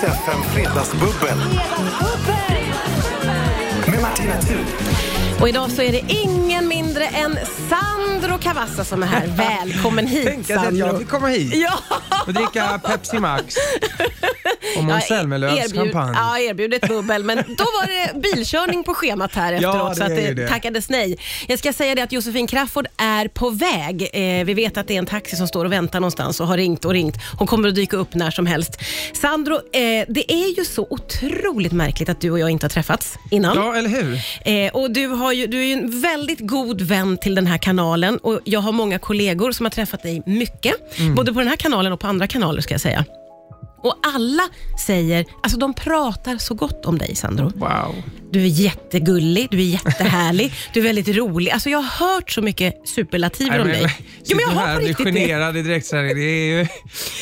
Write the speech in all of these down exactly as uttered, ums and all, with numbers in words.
Riks F M Fredagsbubbel med Martina Thun. Och idag så är det ingen mindre än Sandro Cavazza som är här. Välkommen hit, Tänk Sandro. att jag fick komma hit ja. och dricka Pepsi Max och Måns Zelmerlöws champagne. Ja, erbjud ett bubbel. Men då var det bilkörning på schemat här efteråt, Ja, det så att det, det. tackades nej. Jag ska säga det att Josefin Crafoord är på väg. Eh, vi vet att det är en taxi som står och väntar någonstans och har ringt och ringt. Hon kommer att dyka upp när som helst. Sandro, eh, det är ju så otroligt märkligt att du och jag inte har träffats innan. Ja, eller hur? Eh, och du, har ju, du är ju en väldigt god vän till den här kanalen, och jag har många kollegor som har träffat dig mycket, mm. både på den här kanalen och på andra kanaler, ska jag säga. Och alla säger, alltså de pratar så gott om dig, Sandro. Wow. Du är jättegullig, du är jättehärlig, du är väldigt rolig. Alltså jag har hört så mycket superlativer om dig. Jo, men jag har på riktigt generad i direktsändning. Det är ju...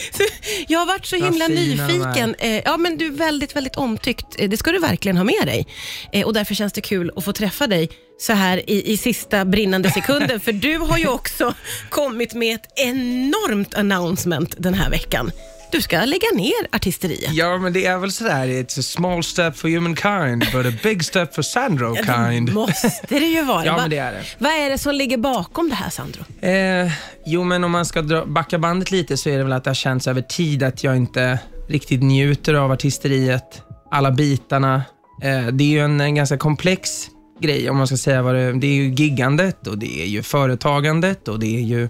Jag har varit så himla nyfiken. Ja, men du är väldigt, väldigt omtyckt. Det ska du verkligen ha med dig. Och därför känns det kul att få träffa dig så här i, i sista brinnande sekunden. För du har ju också kommit med ett enormt announcement den här veckan. Du ska lägga ner artisteriet. Ja, men det är väl sådär. It's a small step for humankind, but a big step for Sandro kind. Ja, det måste det ju vara. Ja, men det är det. Vad är det som ligger bakom det här, Sandro? Eh, jo, men om man ska dra, backa bandet lite, så är det väl att det har känts över tid att jag inte riktigt njuter av artisteriet. Alla bitarna. Eh, det är ju en, en ganska komplex grej, om man ska säga vad det, det är ju giggandet, och det är ju företagandet, och det är ju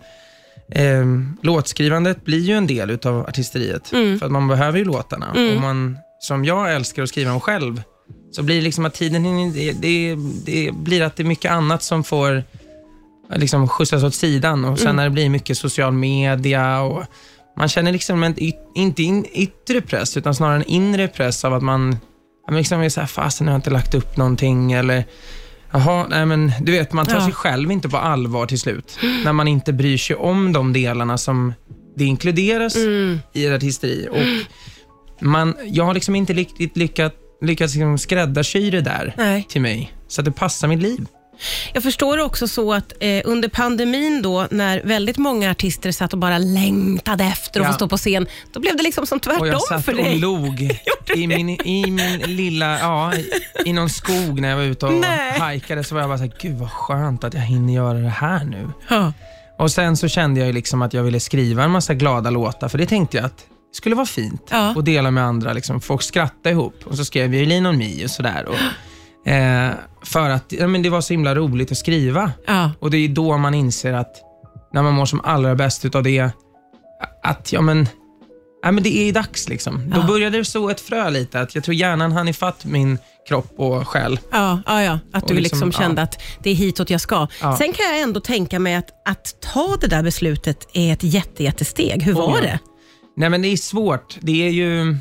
Eh, låtskrivandet blir ju en del utav artisteriet, mm. för att man behöver ju låtarna, mm. och man, som jag älskar att skriva om själv, så blir det liksom att tiden det, det, det blir att det är mycket annat som får liksom skjutsas åt sidan, och sen mm. när det blir mycket social media, och man känner liksom en, inte in, yttre press, utan snarare en inre press av att man liksom är så här, fasen, jag har inte lagt upp någonting, eller jaha, nej men du vet, man tar ja. sig själv inte på allvar till slut. Mm. När man inte bryr sig om de delarna som det inkluderas mm. i ett artisteri. Och man, jag har liksom inte riktigt lyckat, lyckats liksom skräddarsy det där nej. till mig, så att det passar mitt liv. Jag förstår också så att eh, under pandemin då, när väldigt många artister satt och bara längtade efter att ja. få stå på scen, då blev det liksom som tvärtom för dig. Och jag satt och log i min, i min lilla, ja, i, i någon skog när jag var ute och Nej. hajkade, så var jag bara så här, gud vad skönt att jag hinner göra det här nu. Ja. Och sen så kände jag ju liksom att jag ville skriva en massa glada låtar, för det tänkte jag att det skulle vara fint ja. att dela med andra, liksom, folk skratta ihop. Och så skrev jag Lean on Me och sådär, och Eh, för att ja, men det var så himla roligt att skriva. Ja. Och det är då man inser att när man mår som allra bäst utav det, att ja men, ja, men det är dags liksom. Ja. Då började det så ett frö lite, att jag tror hjärnan hann ifatt min kropp och själ. Ja, ja, ja. Att du liksom, liksom kände ja. att det är hitåt jag ska. Ja. Sen kan jag ändå tänka mig att, att ta det där beslutet är ett jätte, jättesteg. Hur var oh, det? Nej, men det är svårt. Det är ju,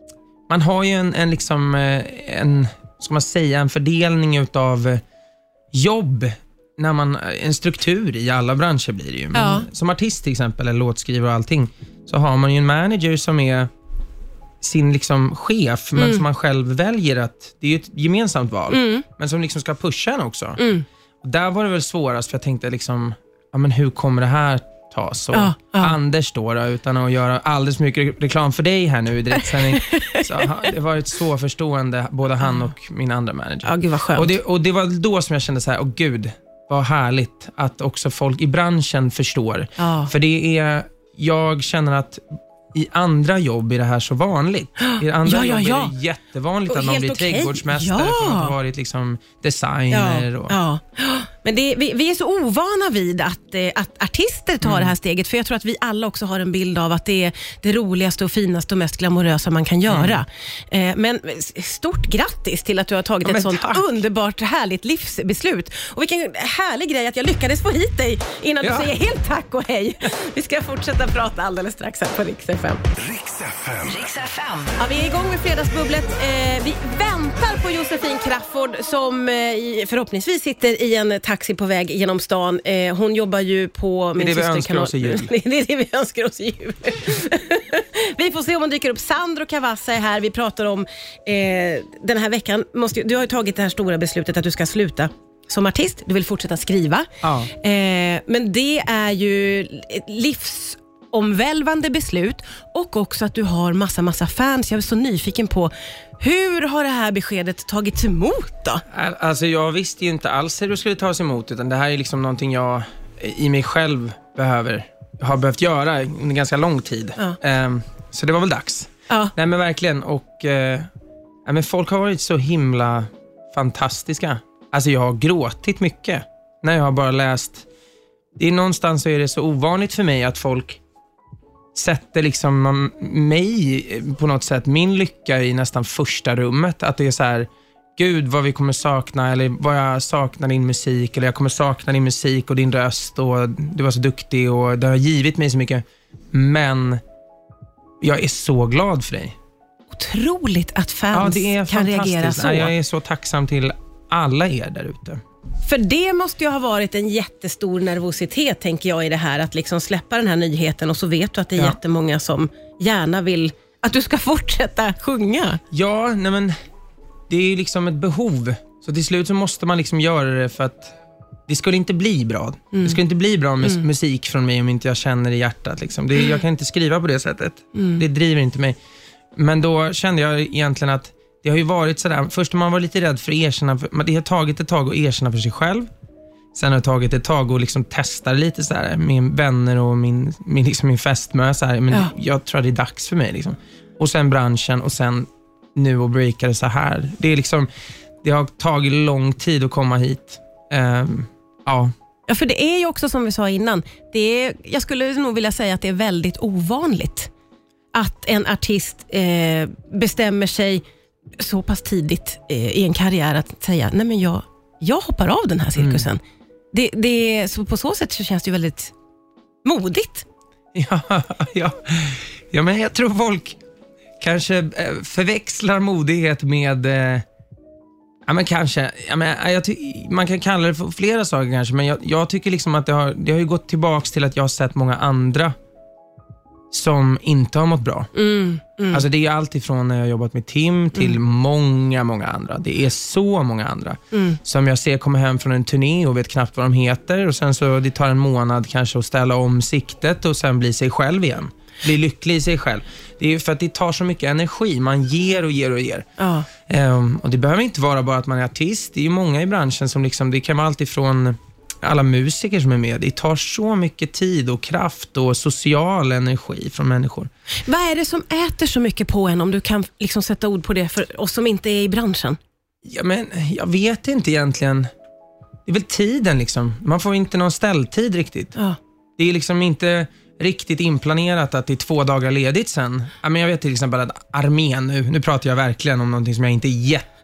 man har ju en, en liksom en ska man säga, en fördelning utav jobb, när man, en struktur i alla branscher blir det ju. Men ja. som artist till exempel, eller låtskrivare och allting, så har man ju en manager som är sin liksom chef, mm. men som man själv väljer, att det är ju ett gemensamt val, mm. men som liksom ska pusha en också. Mm. Och där var det väl svårast, för jag tänkte liksom, ja men hur kommer det här ta så? Ja, ja. Anders då, då, utan att göra alldeles mycket reklam för dig här nu i direktsändning. Så det var ett så förstående, både han och min andra manager. Ja, gud vad skönt. Och det, och det var då som jag kände så här, åh gud, vad härligt att också folk i branschen förstår. Ja. För det är, jag känner att i andra jobb är det här så vanligt. I andra ja, ja, ja. jobb är det jättevanligt och att man blir okay. trädgårdsmästare, ja. för att ha varit liksom designer. Ja, och... ja. Men det, vi, vi är så ovana vid att, eh, att artister tar mm. det här steget, för jag tror att vi alla också har en bild av att det är det roligaste och finaste och mest glamorösa man kan göra. Mm. Eh, men stort grattis till att du har tagit ja, ett sånt tack. underbart härligt livsbeslut. Och vilken härlig grej att jag lyckades få hit dig innan ja. du säger helt tack och hej. Vi ska fortsätta prata alldeles strax här på Riks F M. Riks F M. Riks F M. Ja, vi är igång med fredagsbubblet. Eh, vi väntar på Josefin Crafoord som eh, förhoppningsvis sitter i en taxi på väg genom stan. Eh, hon jobbar ju på min systerkanal. Det är det vi önskar oss i jul. Vi får se om hon dyker upp. Sandro Cavazza är här. Vi pratar om eh, den här veckan. Måste, du har ju tagit det här stora beslutet att du ska sluta som artist. Du vill fortsätta skriva. Ja. Eh, men det är ju ett livs omvälvande beslut och också att du har massa, massa fans. Jag är så nyfiken på, hur har det här beskedet tagits emot då? Alltså jag visste ju inte alls hur det skulle tas emot, utan det här är liksom någonting jag i mig själv behöver, har behövt göra under ganska lång tid. Ja. Um, så det var väl dags. Ja. Nej men verkligen, och uh, men folk har varit så himla fantastiska. Alltså jag har gråtit mycket när jag har bara läst. Det är någonstans så är det så ovanligt för mig att folk sätter liksom mig på något sätt, min lycka i nästan första rummet. Att det är så här, gud vad vi kommer sakna, eller vad jag saknar din musik, eller jag kommer sakna din musik och din röst, och du var så duktig och det har givit mig så mycket. Men jag är så glad för dig. Otroligt att fans ja, det är kan reagera så. Jag är så tacksam till alla er där ute. För det måste ju ha varit en jättestor nervositet, tänker jag, i det här, att liksom släppa den här nyheten, och så vet du att det är ja. jättemånga som gärna vill att du ska fortsätta sjunga. Ja, nej men det är ju liksom ett behov. Så till slut så måste man liksom göra det, för att det skulle inte bli bra. Mm. Det skulle inte bli bra mus- mm. musik från mig om inte jag känner i hjärtat. Liksom. Det, jag kan inte skriva på det sättet. Mm. Det driver inte mig. Men då kände jag egentligen att det har ju varit sådär. Först har man varit lite rädd för att erkänna. För, det har tagit ett tag att erkänna för sig själv. Sen har det tagit ett tag att liksom testa lite sådär med vänner och min, min, liksom min fästmö. Såhär. Men ja. jag tror att det är dags för mig. Liksom. Och sen branschen och sen nu och breaka det så här. Det är liksom, det har tagit lång tid att komma hit. Um, ja. Ja, för det är ju också som vi sa innan. Det är, jag skulle nog vilja säga att det är väldigt ovanligt att en artist eh, bestämmer sig så pass tidigt eh, i en karriär att säga, nej men jag, jag hoppar av den här cirkusen. Mm. Det, det, så på så sätt så känns det ju väldigt modigt. Ja, ja. ja men jag tror folk kanske förväxlar modighet med eh, ja men kanske ja, men, jag ty- man kan kalla det för flera saker kanske, men jag, jag tycker liksom att det har, det har ju gått tillbaks till att jag har sett många andra som inte har mått bra. Mm, mm. Alltså det är allt ifrån när jag har jobbat med Tim till mm. många, många andra. Det är så många andra mm. som jag ser komma hem från en turné och vet knappt vad de heter, och sen så det tar en månad kanske att ställa om siktet och sen bli sig själv igen. Bli lycklig i sig själv. Det är ju för att det tar så mycket energi. Man ger och ger och ger. Ja. Um, och det behöver inte vara bara att man är artist. Det är ju många i branschen som liksom, det kan vara allt ifrån alla musiker som är med. Det tar så mycket tid och kraft och social energi från människor. Vad är det som äter så mycket på en, om du kan liksom sätta ord på det för oss som inte är i branschen? Ja, men jag vet inte egentligen. Det är väl tiden liksom. Man får inte någon ställtid riktigt. Ja. Det är liksom inte riktigt inplanerat att det är två dagar ledigt sen. Ja, men jag vet till exempel att armén nu, nu pratar jag verkligen om någonting som jag inte är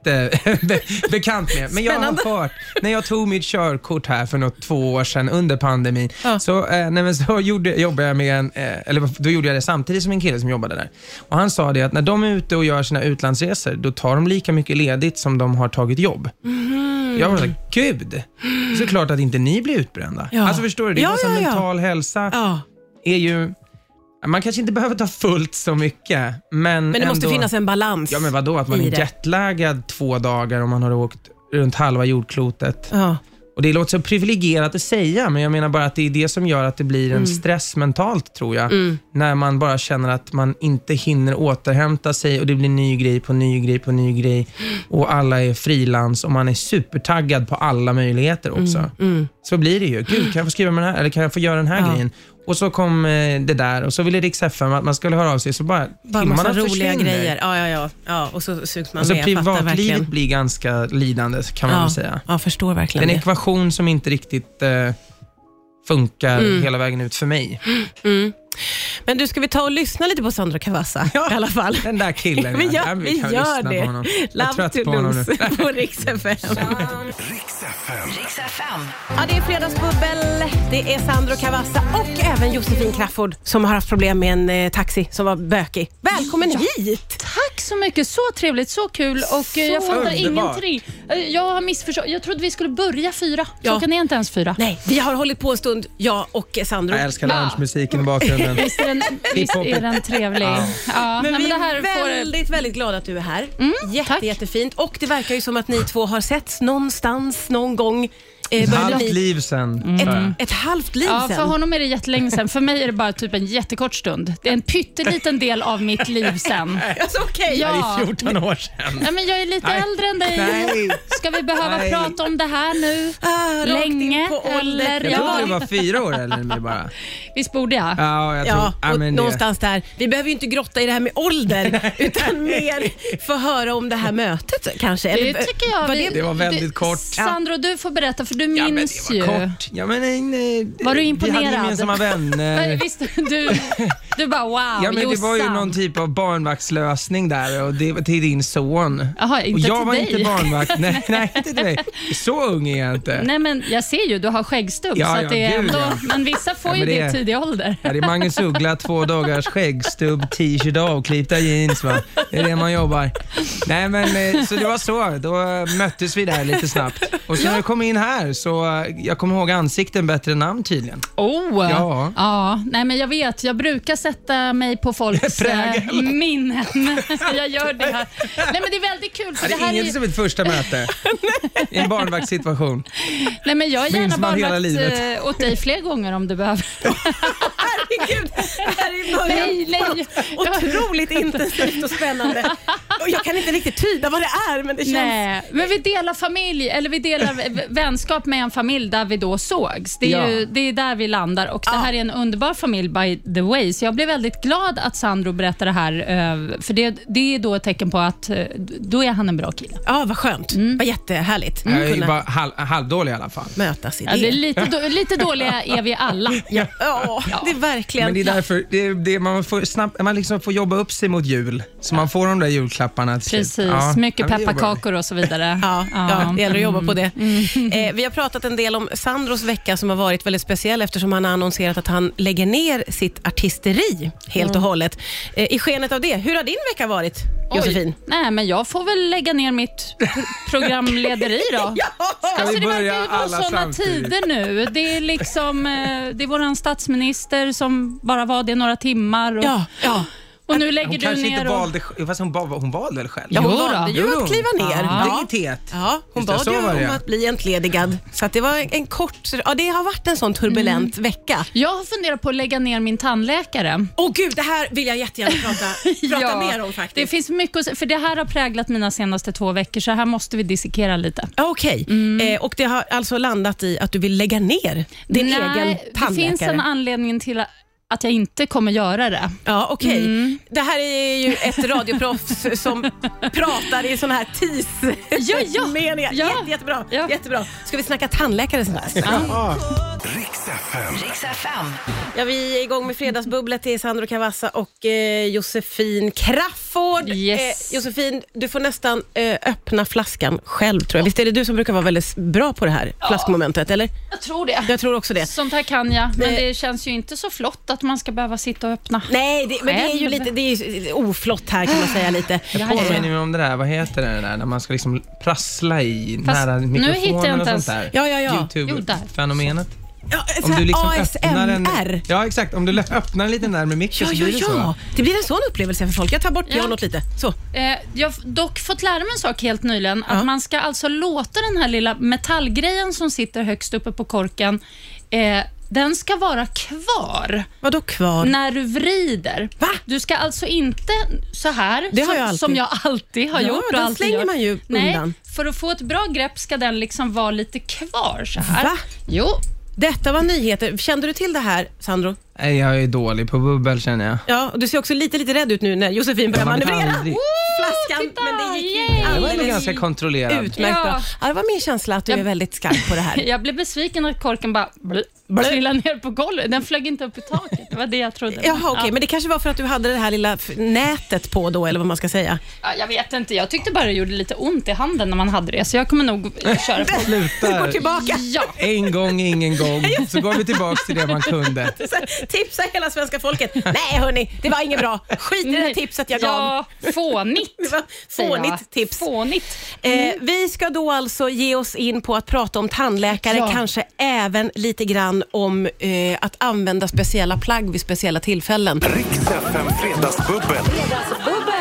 jättebekant med. Men jag har hört, när jag tog mitt körkort här för något två år sedan under pandemin, ja. så, eh, nej, men så gjorde, jobbade jag med en, eh, eller då gjorde jag det samtidigt som en kille som jobbade där. Och han sa det att när de är ute och gör sina utlandsresor, då tar de lika mycket ledigt som de har tagit jobb. Mm. Jag var så här, gud, så klart att inte ni blir utbrända. Ja. Alltså förstår du, det är ja, ja, ja. mental hälsa. Ja. Är ju, man kanske inte behöver ta fullt så mycket, men, men det ändå, måste finnas en balans. Ja, men vadå, att man är jetlaggad två dagar om man har åkt runt halva jordklotet. Ja. Och det låter så privilegierat att säga, men jag menar bara att det är det som gör att det blir en mm. stress mentalt, tror jag. Mm. När man bara känner att man inte hinner återhämta sig och det blir ny grej på ny grej på ny grej. Och alla är frilans och man är supertaggad på alla möjligheter också. Mm. Mm. Så blir det ju. Gud, kan jag få skriva med den här? Eller kan jag få göra den här ja. grejen? Och så kom eh, det där, och så ville Rix F M att man skulle höra av sig, så bara, bara massa roliga försvinner. grejer. Ja, ja, ja. ja, och så sugs man alltså, med. Privatlivet blir ganska lidande, kan man ja, väl säga. Ja, förstår verkligen en det. ekvation som inte riktigt eh, funkar mm. hela vägen ut för mig. Mm. Men du, ska vi ta och lyssna lite på Sandro Cavazza ja, i alla fall? Den där killen. vi gör, vi vi gör det. Love to lose på Rix F M. Rix F M. Rix F M. Ja, det är fredagsbubbel. Det är Sandro Cavazza och även Josefin Crafoord som har haft problem med en eh, taxi som var bökig. Välkommen ja. hit! Tack så mycket, så trevligt, så kul. Och så jag fattar ingenting. Jag har missförstått. Jag trodde vi skulle börja fyra. Klockan ja. är inte ens fyra. Nej, vi har hållit på en stund, jag och Sandro. Jag älskar lounge-musiken i bakgrunden. Visst är den, visst är den trevlig. Ja. Ja. Men, nej, vi men det här är väldigt, får... väldigt glada att du är här. Mm, Jätte, jättefint. Och det verkar ju som att ni två har setts någonstans, någon gång. Ett halvt bli... liv sen. Mm. Ett, ett halvt liv ja, sen? För honom är det jättelänge sen. För mig är det bara typ en jättekort stund. Det är en pytteliten del av mitt liv sen. Alltså, okay. Ja. Det är fjorton år sedan. Ja, men jag är lite Nej. äldre än dig. Nej. Ska vi behöva Nej. prata om det här nu? Ah, länge? Eller? Jag trodde ja. det var fyra år eller mig bara. Visst borde jag? Ja, jag tror, ja och ja, någonstans där. Vi behöver ju inte grotta i det här med ålder utan mer få höra om det här mötet kanske. Det eller, tycker jag. Var det, det var väldigt du, kort. Sandro, du får berätta för du minns ja, men det var ju. Kort. Ja, men nej, nej. Var du imponerad? Vi hade gemensamma vänner. Visst, du, du bara wow, ja, men det var ju någon typ av barnvaktslösning där och det var till din son. Jaha, inte och jag till var dig. inte barnvakt. Nej, nej, inte till dig. Så ung är jag inte. Nej, men jag ser ju, du har skäggstubb. Ja, så ja, att det är gud, ändå, ja. Men vissa får ja, ju det i tidig ålder. Ja, det är Magnus Uggla, två dagars skäggstubb, t-shirt, avklippta jeans. Va? Det är det man jobbar. Nej, men så det var så. Då möttes vi där lite snabbt. Och så när jag kom in här så jag kommer ihåg ansikten bättre än namn tydligen. Oh, ja. ja. Nej, men jag vet, jag brukar sätta mig på folks äh, minnen. Jag gör det här. Nej, men det är väldigt kul. För ja, det är det här inget är... som ett första möte. I en barnvaktssituation. Nej, men jag är gärna barnvakt äh, åt dig fler gånger om du behöver. Herregud, det här är början. Nej, nej. Otroligt intensivt och spännande. Och jag kan inte riktigt tyda vad det är, men det känns... Nej, men vi delar familj, eller vi delar vänskap med en familj där vi då sågs. Det är, ja. ju, det är där vi landar och ja. det här är en underbar familj by the way. Så jag blev väldigt glad att Sandro berättade det här, för det, det är då ett tecken på att då är han en bra kille. Ja, vad skönt. Mm. Vad jättehärligt. Mm. Jag är ju bara halv, halvdålig i alla fall. Mötas i det. Ja, det är lite, då, lite dåliga är vi alla. Ja, ja, ja. Det är verkligen. Men det är därför det är, det är, man får snabbt, man liksom får jobba upp sig mot jul. Så man får de där julklapparna. Precis, ja. mycket pepparkakor och så vidare. Ja, ja. ja, det gäller att jobba på det. Mm. Eh, vi har pratat en del om Sandros vecka som har varit väldigt speciell eftersom han har annonserat att han lägger ner sitt artisteri helt och mm. hållet. Eh, I skenet av det, hur har din vecka varit, Josefin? Oj. Nej, men jag får väl lägga ner mitt programlederi då. Ja. Ska alltså, vi börja det verkar ju vara sådana tider nu. Det är liksom, eh, det är våran statsminister som bara var det några timmar. Och, ja, ja. Och nu lägger hon du kanske ner inte och... valde, fast hon, hon valde väl själv? Ja, hon jo, valde ju jo, att kliva ner. Ja. Dignitet. Ja, hon bad ju om att bli entledigad. Så att det var en kort... Ja, det har varit en sån turbulent mm. vecka. Jag har funderat på att lägga ner min tandläkare. Åh gud, det här vill jag jättegärna prata, prata ja, mer om faktiskt. Det finns mycket, för det här har präglat mina senaste två veckor, så här måste vi dissekera lite. Okej, okay. mm. eh, och det har alltså landat i att du vill lägga ner din Nej, egen tandläkare? Det finns en anledning till att att jag inte kommer göra det. Ja, okej. Okay. Mm. Det här är ju ett radioproffs som pratar i sån här tis-meningar. Ja, ja. Jätte, jättebra. Ja. jättebra. Ska vi snacka tandläkare sen? Ja. Riks F M. Riks F M. Ja, vi är igång med fredagsbubblet. Det är Sandro Cavazza och eh, Josefin Crafoord. Yes. Eh, Josefin, du får nästan eh, öppna flaskan själv, tror jag. Visst är det du som brukar vara väldigt bra på det här ja. flaskmomentet, eller? Jag tror det. Jag tror också det. Sånt här kan jag, men eh. det känns ju inte så flott att man ska behöva sitta och öppna. Nej, det, men det är ju lite det är ju oflott här kan man säga lite. Jag påminner mig om det där, vad heter det där när man ska liksom prassla i Fast nära mikrofonen och sånt där. Ja, ja, ja. YouTube-fenomenet. Ja, om du liksom A S M R. En, ja, exakt. Om du öppnar lite närmare micken ja, så blir det ja, så. Ja, det blir en sån upplevelse för folk. Jag tar bort ja. pianot lite. Så. Eh, jag har dock fått lära mig en sak helt nyligen. Ja. Att man ska alltså låta den här lilla metallgrejen som sitter högst uppe på korken, eh, den ska vara kvar. Vadå kvar? När du vrider. Va? Du ska alltså inte så här, det har som, jag alltid. som jag alltid har ja, gjort. Ja, den alltid slänger gör. man ju Nej, undan. för att få ett bra grepp ska den liksom vara lite kvar så här. Va? Jo. Detta var nyheter. Kände du till det här, Sandro? Nej, jag är dålig på bubbel, känner jag. Ja, och du ser också lite lite rädd ut nu när Josefin börjar manövrera aldrig. flaskan, titta, men det gick ju det var alldeles ganska kontrollerat. Utmärkt ja. bra. Ja, det var min känsla att du jag, är väldigt skarp på det här. Jag blev besviken att korken bara trillade ner på golvet. Den flög inte upp i taket. Det var det jag trodde. Jaha, okej. Okay. Ja. Men det kanske var för att du hade det här lilla nätet på då, eller vad man ska säga. Ja, jag vet inte. Jag tyckte bara det gjorde lite ont i handen när man hade det. Så jag kommer nog köra på. Sluta. Gå tillbaka. Ja. En gång, ingen gång. Så går vi tillbaka till det man kunde. Tipsa hela svenska folket. Nej hörni, det var inget bra. Skit i det här tipset jag gav. Ja, fånigt. Det var fånigt tips. Fånigt. Mm. Eh, vi ska då alltså ge oss in på att prata om tandläkare, ja. kanske även lite grann om eh, att använda speciella plagg vid speciella tillfällen. Riks F M fredagsbubbel med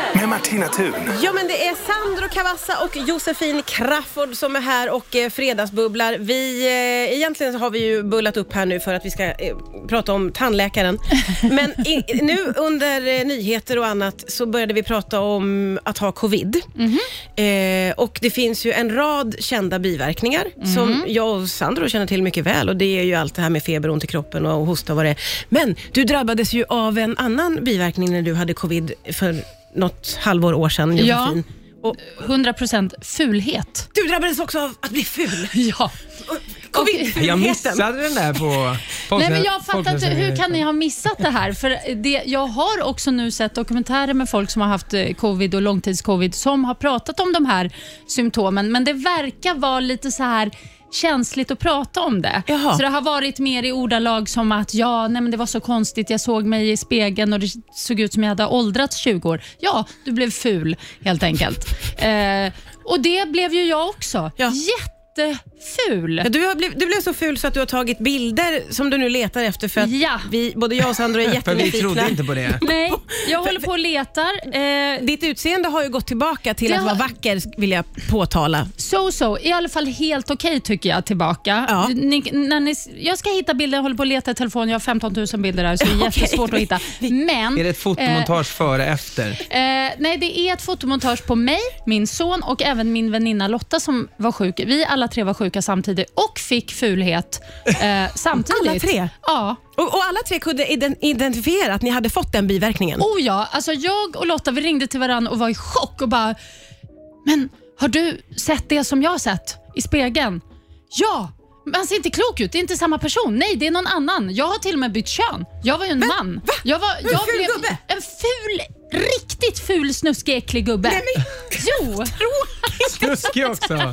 Tina Thun. Ja, men det är Sandro Cavazza och Josefin Crafoord som är här och eh, fredagsbubblar. Vi, eh, egentligen har vi ju bullat upp här nu för att vi ska eh, prata om tandläkaren. Men i, nu under eh, nyheter och annat så började vi prata om att ha covid. Mm-hmm. Eh, och det finns ju en rad kända biverkningar mm-hmm. som jag och Sandro känner till mycket väl. Och det är ju allt det här med feber, ont i kroppen och hosta och vad det är. Men du drabbades ju av en annan biverkning när du hade covid för något halvår år sedan, Josefin. Ja, och hundra procent fulhet. Du drabbades också av att bli ful. Ja. Covid. Jag missade den där på folk. Nej, men jag fattar inte, hur kan ni ha missat det här? För det, jag har också nu sett dokumentärer med folk som har haft covid och långtidscovid som har pratat om de här symptomen, men det verkar vara lite så här känsligt att prata om det. Jaha. Så det har varit mer i ordalag som att ja, nej men det var så konstigt, jag såg mig i spegeln och det såg ut som jag hade åldrats tjugo år. Ja, du blev ful helt enkelt. eh, och det blev ju jag också. Ja. Jätteful. Ja, du, har bliv, du blev så ful så att du har tagit bilder som du nu letar efter för att ja. vi, både jag och Sandro är jättenyfikna. För vi trodde inte på det. Nej, jag håller på och letar. Eh, Ditt utseende har ju gått tillbaka till att har... vara vacker, vill jag påtala. Så, så. I alla fall helt okej okay, tycker jag tillbaka. Ja. Ni, när ni, jag ska hitta bilder, jag håller på att leta i telefon. Jag har femton tusen bilder där så det är okay. jättesvårt att hitta. Men, är det ett fotomontage eh, före efter? Eh, nej, det är ett fotomontage på mig, min son och även min väninna Lotta som var sjuk. Vi alla tre var sjuka samtidigt och fick fulhet eh, samtidigt. Alla tre? Ja. Och, och alla tre kunde identifiera att ni hade fått den biverkningen? Oh ja, alltså jag och Lotta vi ringde till varandra och var i chock och bara, men har du sett det som jag har sett i spegeln? Ja, man ser inte klok ut, det är inte samma person. Nej, det är någon annan. Jag har till och med bytt kön. Jag var ju en men, man. Va? Jag var, en jag ful blev gubbe? En ful, riktigt ful, snuskig, äcklig gubbe. Nej, men, jo. Tråkigt. Snuskig också.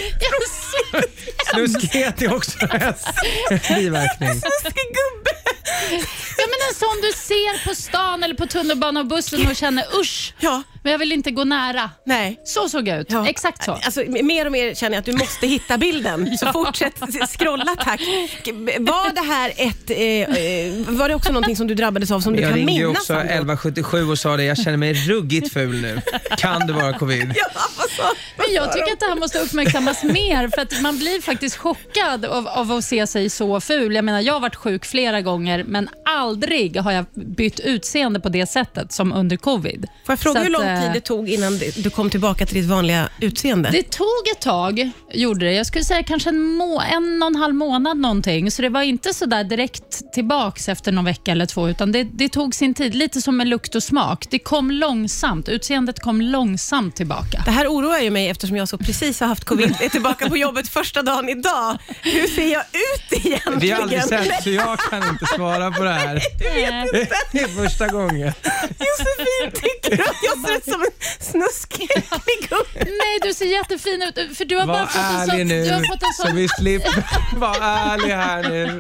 Snuskighet är också en biverkning. Snuskig gubbe. Ja, men en sån du ser på stan eller på tunnelbanan och bussen och känner usch. Ja. Men jag vill inte gå nära. Nej. Så såg jag ut. Ja. Exakt så. Alltså, mer och mer känner jag att du måste hitta bilden. Ja. Så fortsätt scrolla, tack. Var det här ett eh, var det också någonting som du drabbades av som du jag kan minnas? Jag ringde också elva sjuttiosju och sa det, jag känner mig ruggigt ful nu. Kan det vara covid? Ja, men jag tycker att det här måste uppmärksammas mer för att man blir faktiskt chockad av, av att se sig så ful. Jag menar, jag har varit sjuk flera gånger men aldrig har jag bytt utseende på det sättet som under covid. Får jag fråga så hur att, lång tid det tog innan du kom tillbaka till ditt vanliga utseende? Det tog ett tag, gjorde det. Jag skulle säga kanske en, må- en och en halv månad någonting. Så det var inte så där direkt tillbaks efter någon vecka eller två utan det, det tog sin tid. Lite som med lukt och smak. Det kom långsamt. Utseendet kom långsamt tillbaka. Det här oroar ju mig eftersom jag så precis har haft covid. Jag är tillbaka på jobbet första dagen idag. Hur ser jag ut egentligen? Vi har aldrig sett så jag kan inte svara på det här. Nej, du vet inte. Det är första gången. Josefin tycker att jag ser ut som en snuskig gubbe. Nej, du ser jättefin ut. För du har var bara fått en sån... nu, du har fått en sån... så vi slipper vara ärliga här nu.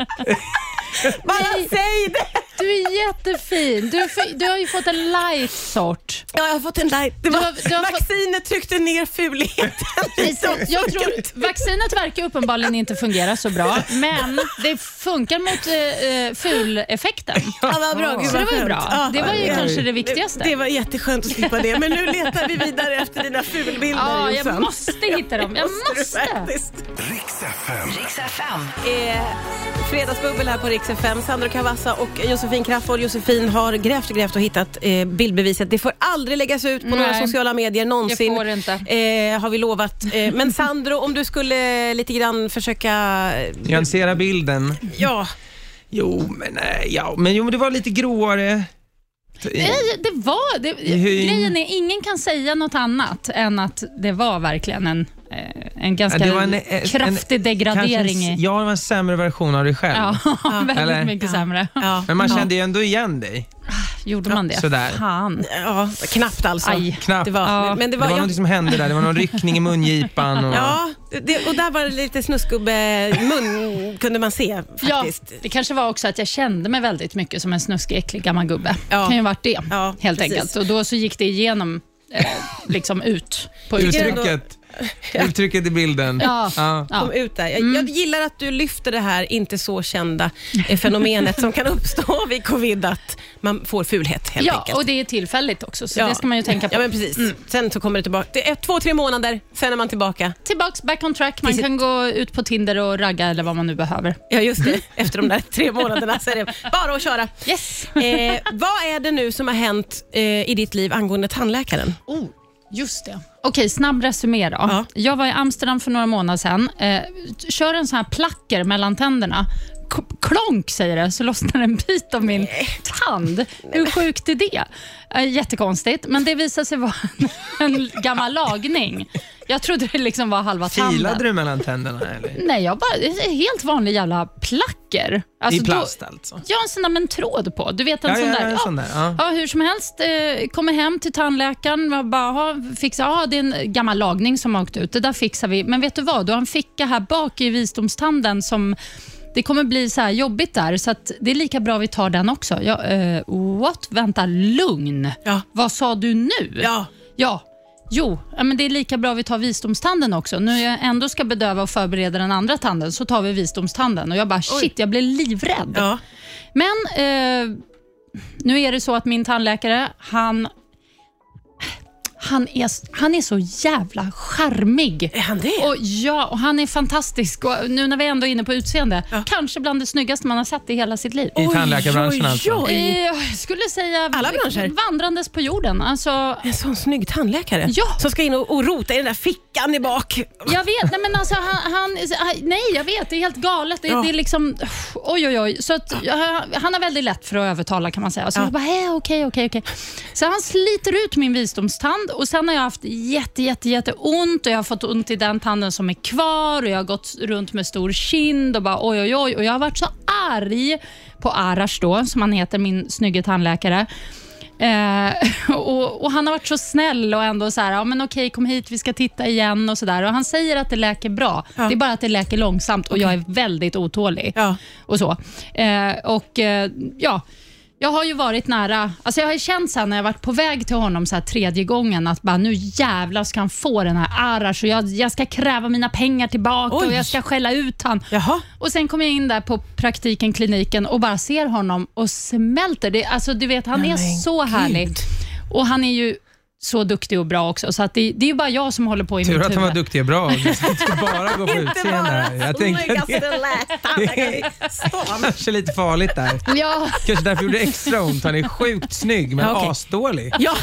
Bara Nej, säg det! Du är jättefin. Du, är, du har ju fått en light sort. Ja, jag har fått en light. Det var, du har, du har vaccinet fått... tryckte ner fulheten. Jag tror vaccinet verkar uppenbarligen inte fungera så bra, men det funkar mot uh, fuleffekten. Ja, vad bra. Gud, så det var ju bra. Ja, det var ju ja, kanske det viktigaste. Det, det var jätteskönt att slippa det. Men nu letar vi vidare efter dina fulbilder. Ja, jag Jossan. måste hitta dem. Jag måste. Rix F M. Rix F M. Eh, fredagsbubbel här på Rix F M. Sandro Cavazza och Josefin Crafoord. Josefin har grävt och grävt och hittat eh, bildbeviset. Det får aldrig läggas ut på Nej. några sociala medier någonsin. Jag får inte. Eh, har vi lovat. Eh, men Sandro, om du skulle lite grann försöka... Nyansera bilden. Ja. Jo, men nej. Ja, men jo, men det var lite gråare. Nej, det var... Det, grejen är, ingen kan säga något annat än att det var verkligen en... En ganska ja, en, en, kraftig en, degradering. En, ja, det var en sämre version av dig själv. Ja, väldigt Eller? mycket sämre. Ja. Men man kände ju ändå igen dig. Gjorde man det? Sådär. Fan. Ja, knappt alltså. Aj. Knappt. Det var, ja. men det var, det var jag... något som hände där. Det var någon ryckning i mungipan. Och... Ja, det, och där var det lite snuskgubbe mun kunde man se faktiskt. Ja, det kanske var också att jag kände mig väldigt mycket som en snuskig, äcklig gammal gubbe. Ja. Kan ju ha varit det, ja, helt precis. enkelt. Och då så gick det igenom eh, liksom ut på uttrycket. uttrycket i bilden. Ja. Ja. Kom ut där. Jag, mm. jag gillar att du lyfter det här inte så kända fenomenet som kan uppstå vid covid, att man får fulhet helt ja, enkelt. Ja, och det är tillfälligt också, så ja. det ska man ju tänka på. Ja, men precis. Mm. Sen så kommer det tillbaka. Det är två, tre månader, sen är man tillbaka. Tillbaks, back on track. Man kan gå ut på Tinder och ragga eller vad man nu behöver. Ja, just det. Efter de där tre månaderna så är det bara att köra. Yes. Eh, vad är det nu som har hänt eh, i ditt liv angående tandläkaren? Oh, just det. Okej, snabb resumé då. Ja. Jag var i Amsterdam för några månader sedan. Eh, kör en sån här placker mellan tänderna. K- klonk säger det, så lossnar en bit av min tand. Hur sjukt är det? Eh, jättekonstigt, men det visade sig vara en gammal lagning. Jag trodde det liksom var halva tanden. Filade du mellan tänderna? Eller? Nej, jag bara, helt vanlig jävla placker. Alltså, I plast då, alltså? Ja, en sån där med en tråd på. Du vet en ja, sån ja, där. En ja. sån där ja. Ja, hur som helst. Eh, kommer hem till tandläkaren och bara fixa. Ja, det är en gammal lagning som har åkt ut. Det där fixar vi. Men vet du vad? Du har en ficka här bak i visdomstanden som... Det kommer bli så här jobbigt där, så att det är lika bra vi tar den också. Ja, eh, what? Vänta, lugn. Ja. Vad sa du nu? Ja. Ja. Jo, men det är lika bra vi tar visdomstanden också. Nu jag ändå ska bedöva och förbereda den andra tanden, så tar vi visdomstanden. Och jag bara, shit, jag blev livrädd. Ja. Men eh, nu är det så att min tandläkare, han... Han är, han är så jävla charmig. Är han det? Och ja, och han är fantastisk. Och nu när vi ändå är inne på utseende, ja. Kanske bland det snyggaste man har sett i hela sitt liv. I tandläkarbranschen alltså? Eh, jag skulle säga alla branscher. Vandrandes på jorden. Alltså, en sån snygg tandläkare ja. Som ska in och, och rota i den där fickan i bak. Jag vet, nej men alltså han, han nej jag vet, det är helt galet. Det, ja. det är liksom, oj oj oj. Så att, han har väldigt lätt för att övertala, kan man säga. Så ja. jag bara, hej, okej, okej, okej. Så han sliter ut min visdomstand. Och sen har jag haft jätte, jätte, jätte ont och jag har fått ont i den tanden som är kvar och jag har gått runt med stor kind och bara oj, oj, oj. Och jag har varit så arg på Arash då, som han heter, min snygga tandläkare. Eh, och, och han har varit så snäll och ändå så här, ja men okej, kom hit, vi ska titta igen och sådär. Och han säger att det läker bra. Ja. Det är bara att det läker långsamt och okay. jag är väldigt otålig. Ja. Och så. Eh, och eh, ja... Jag har ju varit nära, alltså jag har ju känt sen när jag varit på väg till honom så här tredje gången att bara nu jävlar ska han få den här Arash och jag, jag ska kräva mina pengar tillbaka. Oj. Och jag ska skälla ut han. Jaha. Och sen kommer jag in där på praktiken, kliniken och bara ser honom och smälter. Det, alltså du vet, han Nej, är så Gud. härlig. Och han är ju så duktig och bra också. Så att det, det är ju bara jag som håller på i Tur mitt att han huvud. var duktig och bra. Du ska inte bara gå på utseende. Jag tänkte att det är kanske lite farligt där. Ja. Kanske därför gjorde det extra ont. Han är sjukt snygg men okay. asdålig. Ja.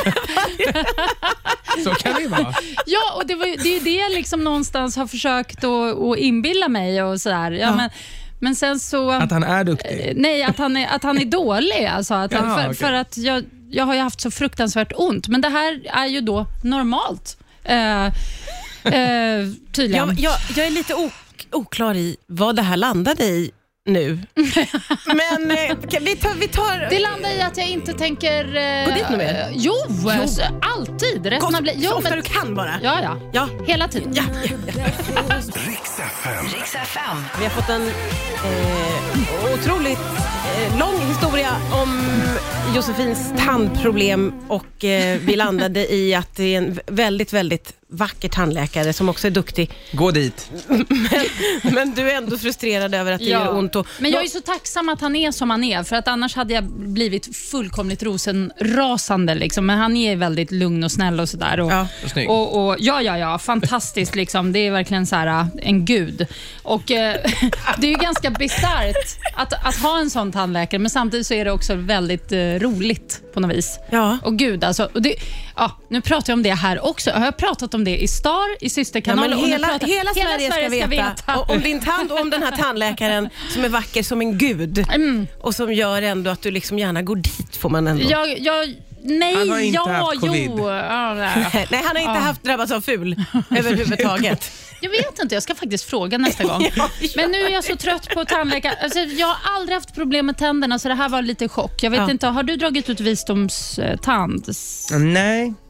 Så kan det ju vara. Ja, och det, var, det är ju det jag liksom någonstans har försökt att, att inbilla mig och sådär. Ja, ja. Men, men sen så... Att han är duktig? Nej, att han är, att han är dålig. Alltså, att han, Jaha, för, okay. för att jag... Jag har ju haft så fruktansvärt ont. Men det här är ju då normalt. Eh, eh, tydligen. Jag, jag, jag är lite ok- oklar i vad det här landade i nu. Men eh, vi, tar, vi tar... Det landar i att jag inte tänker... Eh, Gå dit nu med. Jo, jo. Alltså, alltid. Resten av... Jo, så ofta men... du kan bara. Ja, ja. ja. Hela tiden. Ja. Riks F M. Vi har fått en eh, otroligt eh, lång historia om Josefins tandproblem och eh, vi landade i att det är en väldigt, väldigt vacker tandläkare som också är duktig. Gå dit. men, men du är ändå frustrerad över att det ja. gör ont. Och, men jag är så tacksam att han är som han är, för att annars hade jag blivit fullkomligt rosenrasande liksom. Men han är väldigt lugn och snäll och sådär. Och, ja. och, och, och, ja, ja, ja, fantastiskt liksom. Det är verkligen så här en gud. Och eh, det är ju ganska bisarrt att, att ha en sån tandläkare, men samtidigt så är det också väldigt eh, roligt på något vis. Ja. Och gud, alltså, och det, ja, nu pratar jag om det här också. Jag har pratat om det i Star, i systerkanalen. Ja, hela, pratar, hela, Sverige hela Sverige ska, ska veta, veta. Och om din tand och om den här tandläkaren som är vacker som en gud mm. och som gör ändå att du liksom gärna går dit, får man ändå. Jag, jag, nej, han har inte ja, haft covid. Jo. Ja, nej. nej, han har inte ja. haft drabbats av ful överhuvudtaget. Jag vet inte, jag ska faktiskt fråga nästa gång. ja, ja. Men nu är jag så trött på tandläkare. Alltså, jag har aldrig haft problem med tänderna, så det här var lite chock. Jag vet ja. inte, har du dragit ut visdomstand? Nej.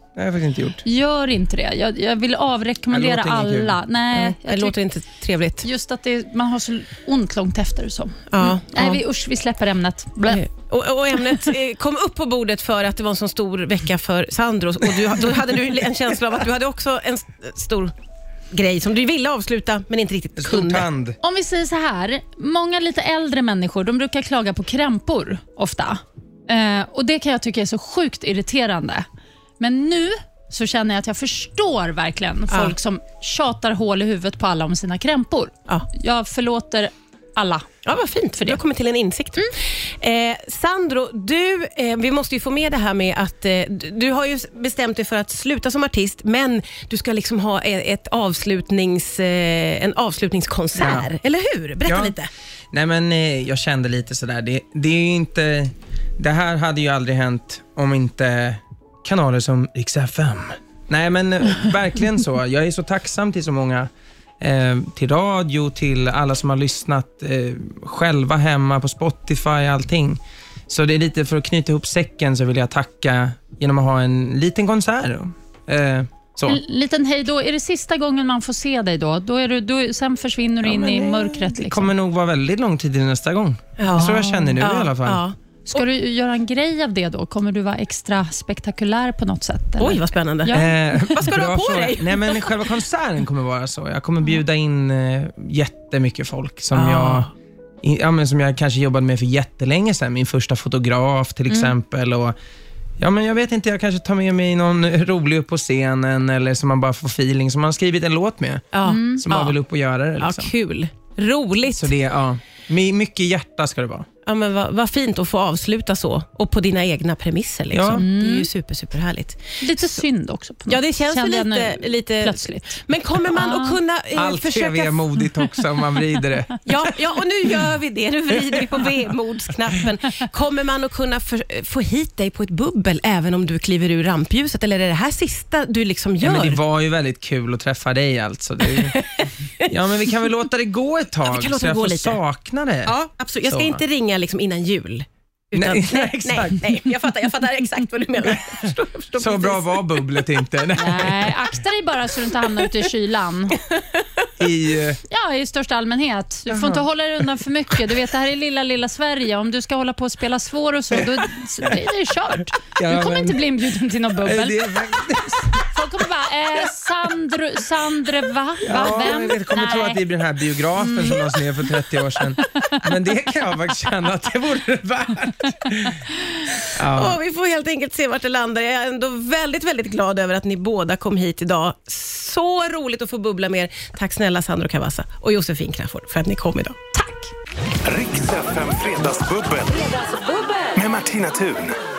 det har jag faktiskt inte gjort. Gör inte det. Jag, jag vill avrekommendera alla. Nej, ja, det låter inte trevligt. Just att det, man har så ont långt efter. Så. Ja, mm. ja. Nej, vi, usch, vi släpper ämnet. Och, och ämnet kom upp på bordet för att det var en så stor vecka för Sandro. Och du, då hade du en känsla av att du hade också en stor grej som du ville avsluta men inte riktigt kunde. Tand. Om vi säger så här, många lite äldre människor, de brukar klaga på krämpor ofta. Eh, och det kan jag tycka är så sjukt irriterande. Men nu så känner jag att jag förstår verkligen ja. folk som tjatar hål i huvudet på alla om sina krämpor. Ja. Jag förlåter alla. Ja, vad fint för det. Du har kommit till en insikt. Mm. Eh, Sandro, du, eh, vi måste ju få med det här med att eh, du, du har ju bestämt dig för att sluta som artist, men du ska liksom ha ett avslutnings, eh, en avslutningskonsert, ja. Eller hur? Berätta ja. lite. Nej, men eh, jag kände lite sådär. Det, det är inte, det här hade ju aldrig hänt om inte kanaler som Rix F M. Nej, men eh, verkligen så. Jag är så tacksam till så många. Eh, till radio, till alla som har lyssnat eh, själva hemma på Spotify, allting. Så det är lite för att knyta ihop säcken, så vill jag tacka genom att ha en liten konsert. Eh, så. En liten hej då. Är det sista gången man får se dig då? Då är du, då, sen försvinner du ja, in i mörkret. Liksom. Det kommer nog vara väldigt lång tid till nästa gång. Ja. Så jag känner nu ja, i alla fall. Ja. Ska du göra en grej av det då? Kommer du vara extra spektakulär på något sätt? Eller? Oj, vad spännande. Ja. Eh, vad ska du ha på fråga. dig? Nej, men själva konserten kommer vara så. Jag kommer bjuda in eh, jättemycket folk som ah. jag ja, men som jag kanske jobbade med för jättelänge sedan. Min första fotograf till exempel. Mm. Och, ja, men jag vet inte, jag kanske tar med mig någon rolig upp på scenen eller som man bara får feeling, som man har skrivit en låt med. Mm. Som man ja. vill upp och göra det. Liksom. Ja, kul. Roligt. Så det, ja, mycket hjärta ska det vara. Ja, men vad, vad fint att få avsluta så. Och på dina egna premisser. Liksom. Ja. Mm. Det är ju super, super härligt. Lite synd också. På något. Ja, det känns lite, nu, lite... plötsligt. Men kommer man att kunna eh, Allt försöka... Allt är vemodigt också om man vrider det. Ja, ja, och nu gör vi det. Nu vrider vi på vemodsknappen. Kommer man att kunna för, få hit dig på ett bubbel även om du kliver ur rampljuset? Eller är det det här sista du liksom gör? Ja, men det var ju väldigt kul att träffa dig alltså. Det är... Ja, men vi kan väl låta det gå ett tag. Ja, vi kan låta så jag får lite. sakna det. Ja, absolut. Jag ska så. inte ringa liksom innan jul. Utan, nej, nej, exakt. nej, nej, jag fattar, jag fattar exakt vad du menar. Jag förstår, jag förstår så precis. Bra var bubblet inte. Nej. nej, akta dig bara så du inte hamnar ute i kylan. I, uh... Ja, i största allmänhet. Du får Aha. inte hålla dig undan för mycket. Du vet, det här är lilla, lilla Sverige. Om du ska hålla på och spela svår och så, då så blir det kört. Ja, du kommer men... inte bli inbjuden till någon bubbel. Det... Folk kommer bara, eh, Sandro, Sandre, va? Ja, va? Vem? Jag kommer Nej. tro att det blir den här biografen mm. som lades ner för trettio år sedan. Men det kan jag faktiskt känna att det vore värt. Ja. Oh, vi får helt enkelt se vart det landar. Jag är ändå väldigt, väldigt glad över att ni båda kom hit idag. Så roligt att få bubbla med er. Tack snälla Sandro Cavazza och Josefin Crafoord för att ni kom idag. Tack! Rix F M Fredagsbubbel med Martina Thun.